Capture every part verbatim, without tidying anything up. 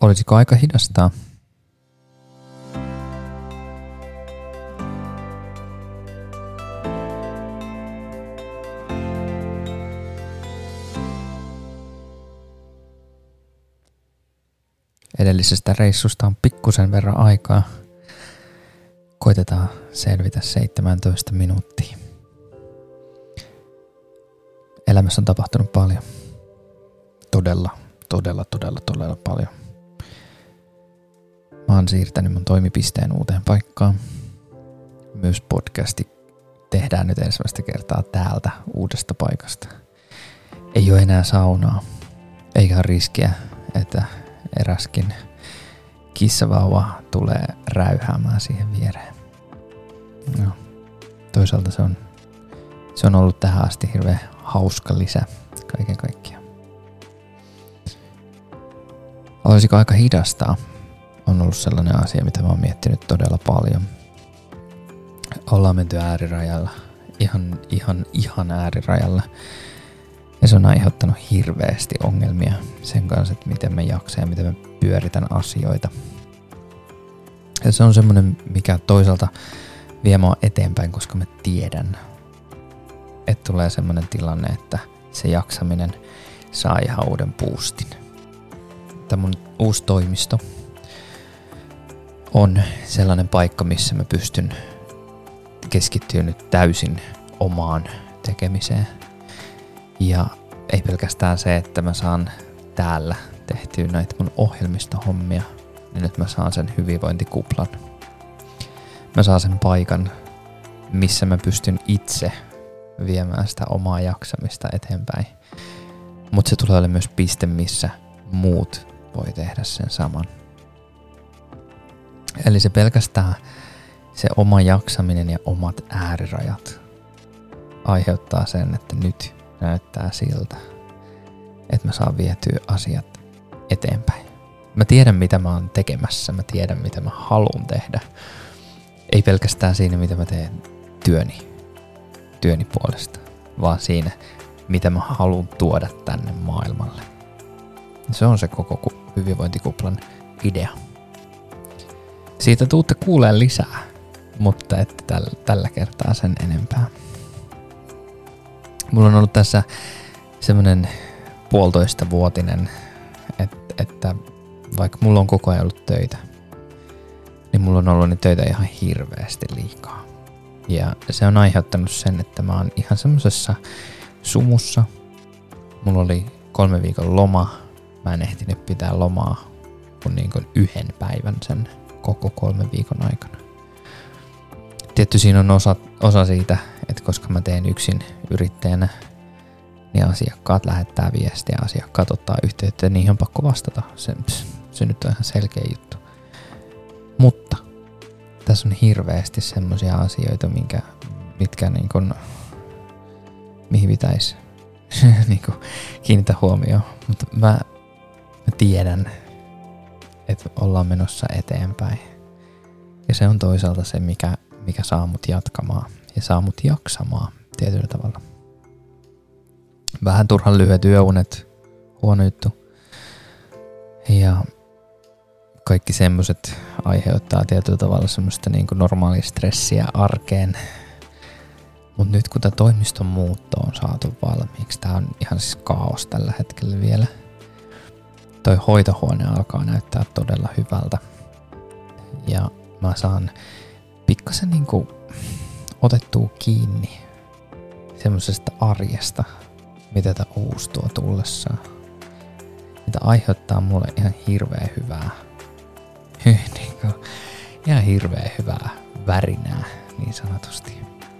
Olisiko aika hidastaa? Edellisestä reissusta on pikkusen verran aikaa. Koitetaan selvitä seitsemäntoista minuuttia. Elämässä on tapahtunut paljon. Todella, todella, todella, todella paljon. Mä oon siirtänyt mun toimipisteen uuteen paikkaan. Myös podcasti tehdään nyt ensimmäistä kertaa täältä uudesta paikasta. Ei ole enää saunaa, eikä ole riskiä, että eräskin kissavauva tulee räyhäämään siihen viereen. No, toisaalta se on, se on ollut tähän asti hirveän hauska lisä kaiken kaikkiaan. Olisiko aika hidastaa? On ollut sellainen asia, mitä mä oon miettinyt todella paljon. Ollaan menty äärirajalla. Ihan, ihan, ihan äärirajalla. Ja se on aiheuttanut hirveästi ongelmia sen kanssa, että miten me jaksaa ja miten me pyöritän asioita. Ja se on semmoinen, mikä toisaalta vie mua eteenpäin, koska mä tiedän, että tulee semmoinen tilanne, että se jaksaminen saa ihan uuden boostin. Tämä mun uusi toimisto on sellainen paikka, missä mä pystyn keskittyä nyt täysin omaan tekemiseen. Ja ei pelkästään se, että mä saan täällä tehtyä näitä mun ohjelmistohommia, niin nyt mä saan sen hyvinvointikuplan. Mä saan sen paikan, missä mä pystyn itse viemään sitä omaa jaksamista eteenpäin. Mutta se tulee olemaan myös piste, missä muut voi tehdä sen saman. Eli se pelkästään se oma jaksaminen ja omat äärirajat aiheuttaa sen, että nyt näyttää siltä, että mä saan vietyä asiat eteenpäin. Mä tiedän, mitä mä oon tekemässä. Mä tiedän, mitä mä haluan tehdä. Ei pelkästään siinä, mitä mä teen työni, työni puolesta, vaan siinä, mitä mä haluan tuoda tänne maailmalle. Se on se koko hyvinvointikuplan idea. Siitä tuutte kuulee lisää, mutta ette tällä, tällä kertaa sen enempää. Mulla on ollut tässä semmoinen puolitoista vuotinen, että, että vaikka mulla on koko ajan ollut töitä, niin mulla on ollut niitä töitä ihan hirveästi liikaa. Ja se on aiheuttanut sen, että mä oon ihan semmosessa sumussa. Mulla oli kolme viikon loma. Mä en ehtinyt pitää lomaa kun niin kuin yhden päivän sen koko kolmen viikon aikana. Tietty siinä on osa, osa siitä, että koska mä teen yksin yrittäjänä, niin asiakkaat lähettää viestiä, asiakkaat ottaa yhteyttä ja niihin on pakko vastata. Se, se nyt on ihan selkeä juttu. Mutta tässä on hirveästi semmoisia asioita, minkä, mitkä niin kun, mihin pitäisi niin kun, kiinnittää huomioon. Mutta mä, mä tiedän, että ollaan menossa eteenpäin. Ja se on toisaalta se, mikä, mikä saa mut jatkamaan ja saa mut jaksamaan tietyllä tavalla. Vähän turhan lyhyet yöunet, huono juttu. Ja kaikki semmoset aiheuttaa tietyllä tavalla semmoista niin kuin normaalia stressiä arkeen. Mut nyt kun tää toimiston muutto on saatu valmiiksi, tää on ihan siis kaos tällä hetkellä vielä. Toi hoitohuone alkaa näyttää todella hyvältä. Ja mä saan pikkasen niinku otettua kiinni semmosesta arjesta, mitä tää uusi tuo tullessaan. Mitä aiheuttaa mulle ihan hirveän hyvää, niinku, ihan hirveän hyvää värinää niin sanotusti.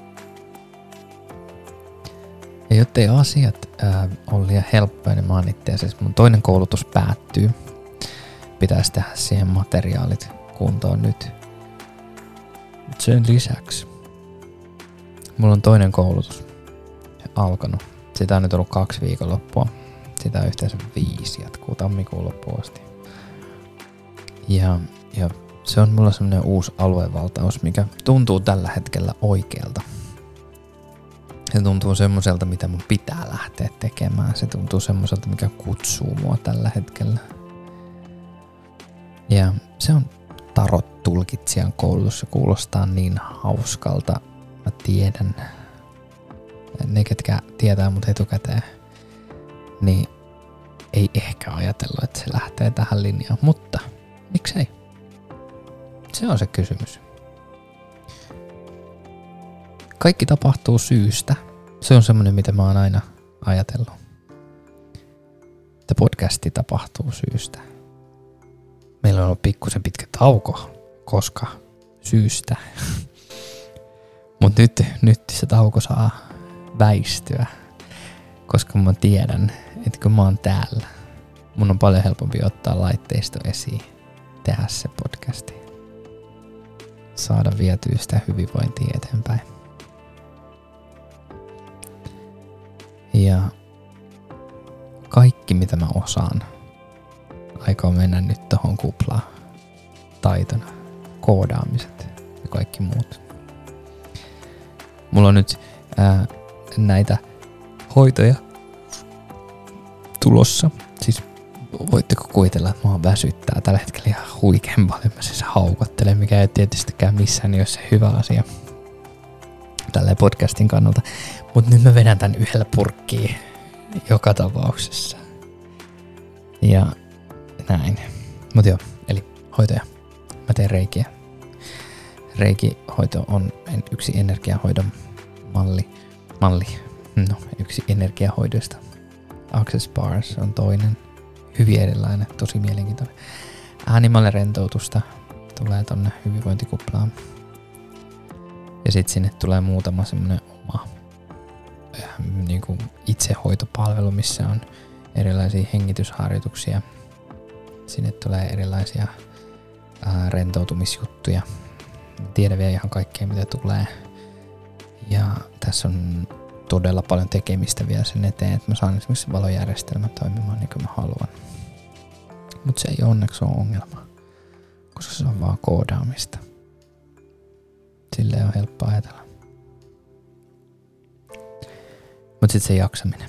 Ja jottei asiat ää, ole liian helppoja, niin mä oon itse asiassa mun toinen koulutus päättyy. Pitäisi tehdä siihen materiaalit kuntoon nyt. Mut sen lisäksi mulla on toinen koulutus alkanut. Sitä on nyt ollut kaksi viikonloppua. Sitä on yhteensä viisi, jatkuu tammikuun loppuun asti. Ja, ja se on mulla semmonen uusi aluevaltaus, mikä tuntuu tällä hetkellä oikealta. Se tuntuu semmoiselta, mitä mun pitää lähteä tekemään. Se tuntuu semmoiselta, mikä kutsuu mua tällä hetkellä. se on tarot-tulkitsijan koulutus. Se kuulostaa niin hauskalta. Mä tiedän, ne ketkä tietää mut etukäteen, niin ei ehkä ajatellut, että se lähtee tähän linjaan, mutta miksei? Se on se kysymys. Kaikki tapahtuu syystä. Se on semmoinen, mitä mä oon aina ajatellut. Että podcasti tapahtuu syystä. Meillä on ollut pikkusen pitkä tauko, koska syystä. Mutta nyt, nyt se tauko saa väistyä, koska mä tiedän, että kun mä oon täällä, mun on paljon helpompi ottaa laitteisto esiin, tehdä se podcasti, saada vietyä sitä hyvinvointia eteenpäin. Ja kaikki mitä mä osaan, aikoo mennä nyt tohon kuplaan taitona, koodaamiset ja kaikki muut. Mulla on nyt ää, näitä hoitoja tulossa. Siis voitteko kuvitella, että mua väsyttää tällä hetkellä ihan huikean paljon. Mä siis haukottelen, mikä ei tietystikään missään, jos se hyvä asia tälleen podcastin kannalta. Mut nyt mä vedän tän yhdellä purkkiin joka tapauksessa. Ja näin. Mut joo, eli hoitoja. Mä teen reikiä. Reikihoito on yksi energiahoidon malli. Malli. No, yksi energiahoidoista. Access Bars on toinen. Hyvin erilainen, tosi mielenkiintoinen. Äänimalle rentoutusta tulee tonne hyvinvointikuplaan. Ja sit sinne tulee muutama semmonen oma äh, niinku itsehoitopalvelu, missä on erilaisia hengitysharjoituksia. Sinne tulee erilaisia äh, rentoutumisjuttuja. Tiedä vielä ihan kaikkea mitä tulee. Ja tässä on todella paljon tekemistä vielä sen eteen, että mä saan esimerkiksi valojärjestelmän toimimaan niin kuin mä haluan. Mutta se ei onneksi ole ongelma, koska se on vaan koodaamista. Silleen on helppo ajatella. Mutta sitten se jaksaminen.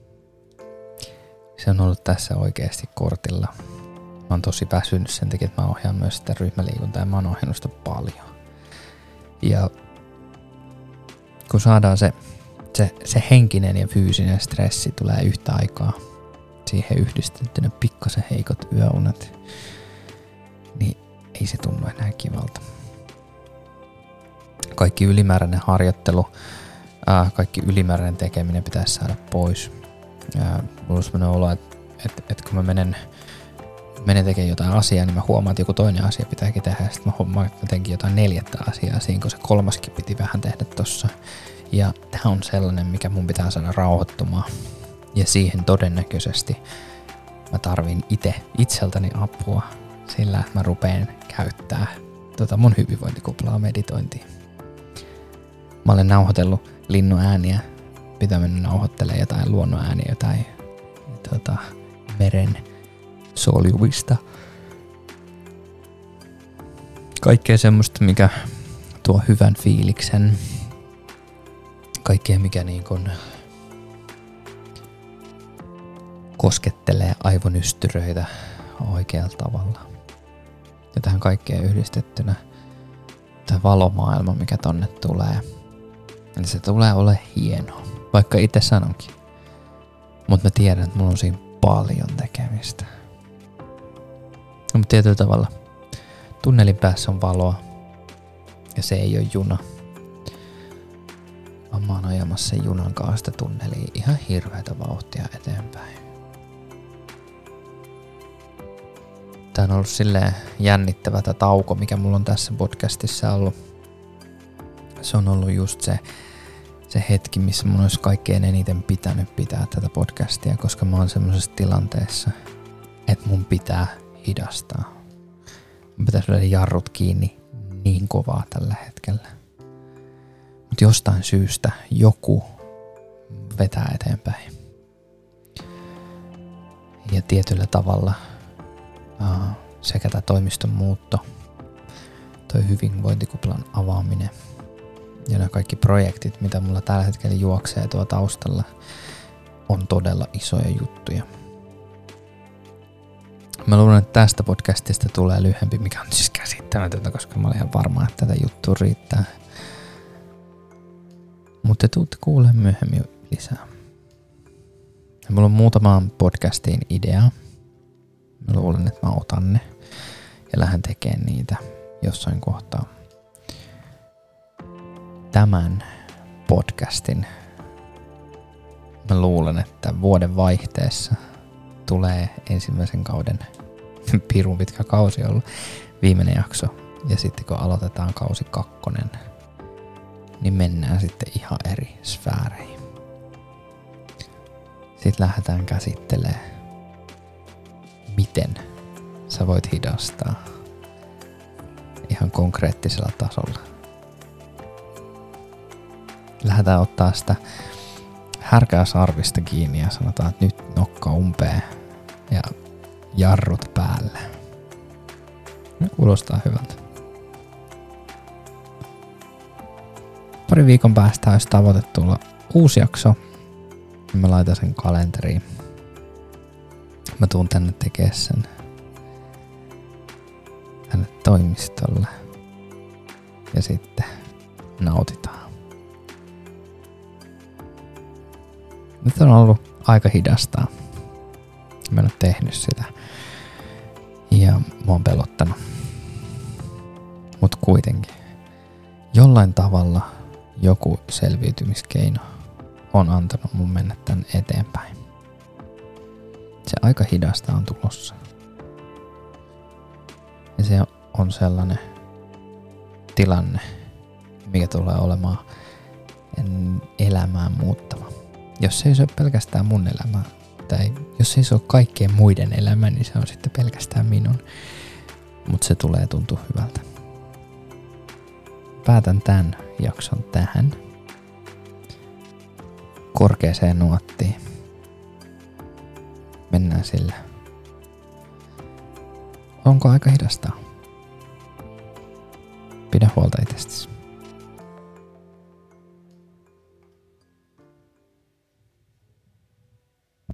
Se on ollut tässä oikeasti kortilla. Mä oon tosi väsynyt sen takia, että mä ohjaan myös sitä ryhmäliikuntaa ja mä oon ohjannut sitä paljon. Ja kun saadaan se, se, se henkinen ja fyysinen stressi tulee yhtä aikaa, siihen yhdistettynä pikkasen heikot yöunet, niin ei se tunnu enää kivalta. Kaikki ylimääräinen harjoittelu, ää, kaikki ylimääräinen tekeminen pitäisi saada pois. Ää, mulla on sellainen olo, että et, et kun mä menen, menen tekemään jotain asiaa, niin mä huomaan, että joku toinen asia pitääkin tehdä. Sitten mä huomaan, että mä teenkin jotain neljättä asiaa siinä, kun se kolmaskin piti vähän tehdä tossa. Ja tää on sellainen, mikä mun pitää saada rauhoittumaan. Ja siihen todennäköisesti mä tarvin itse itseltäni apua sillä, että mä rupeen käyttää tota mun hyvinvointikuplaa meditointiin. Mä olen nauhoitellut linnun ääniä, pitää mennä nauhoittelemaan jotain luonnon ääniä, jotain tota, meren soljuvista. Kaikkea semmoista, mikä tuo hyvän fiiliksen. Kaikkea, mikä niin kun koskettelee aivonystyröitä oikealla tavalla. Ja tähän kaikkeen yhdistettynä tämä valomaailma, mikä tonne tulee. Eli se tulee ole hieno, vaikka itse sanonkin. Mutta mä tiedän, että mulla on siinä paljon tekemistä. No, mutta tietyllä tavalla tunnelin päässä on valoa ja se ei ole juna. Vaan mä oon ajamassa sen junan kanssa sitä tunnelia ihan hirveätä vauhtia eteenpäin. Tää on ollut silleen jännittävä tää tauko, mikä mulla on tässä podcastissa ollut. Se on ollut just se, se hetki, missä mun olisi kaikkein eniten pitänyt pitää tätä podcastia, koska mä oon semmoisessa tilanteessa, että mun pitää hidastaa. Mun pitäisi löydä jarrut kiinni niin kovaa tällä hetkellä. Mutta jostain syystä joku vetää eteenpäin. Ja tietyllä tavalla uh, sekä tämä toimiston muutto, toi hyvinvointikuplan avaaminen ja nämä kaikki projektit, mitä mulla tällä hetkellä juoksee tuo taustalla, on todella isoja juttuja. Mä luulen, että tästä podcastista tulee lyhyempi, mikä on siis käsittämätöntä, koska mä olin ihan varma, että tätä juttua riittää. Mutta te tuutte kuulemaan myöhemmin lisää. Ja mulla on muutamaan podcastiin idea. Mä luulen, että mä otan ne ja lähden tekemään niitä jossain kohtaa. Tämän podcastin mä luulen, että vuoden vaihteessa tulee ensimmäisen kauden pirun pitkä kausi ollut viimeinen jakso. Ja sitten kun aloitetaan kausi kakkonen, niin mennään sitten ihan eri sfääreihin. Sitten lähdetään käsittelemään, miten sä voit hidastaa ihan konkreettisella tasolla. Lähdetään ottaa sitä härkää sarvista kiinni ja sanotaan, että nyt nokka umpeen ja jarrut päälle. Ne kuulostaa hyvältä. Pari viikon päästä olisi tavoite tulla uusi jakso. Mä laitan sen kalenteriin. Mä tuun tänne tekemään sen tänne toimistolle. Ja sitten nautitaan. Nyt on ollut aika hidastaa. Mä en ole tehnyt sitä. Ja mä oon pelottanut. Mut kuitenkin. Jollain tavalla joku selviytymiskeino on antanut mun mennä tän eteenpäin. Se aika hidasta on tulossa. Ja se on sellainen tilanne, mikä tulee olemaan elämään muuttava. Jos se ei ole pelkästään mun elämää, tai jos ei se ole kaikkien muiden elämä, niin se on sitten pelkästään minun. Mutta se tulee tuntua hyvältä. Päätän tämän jakson tähän. Korkeaseen nuottiin. Mennään sillä. Onko aika hidastaa? Pidä huolta itsestäsi.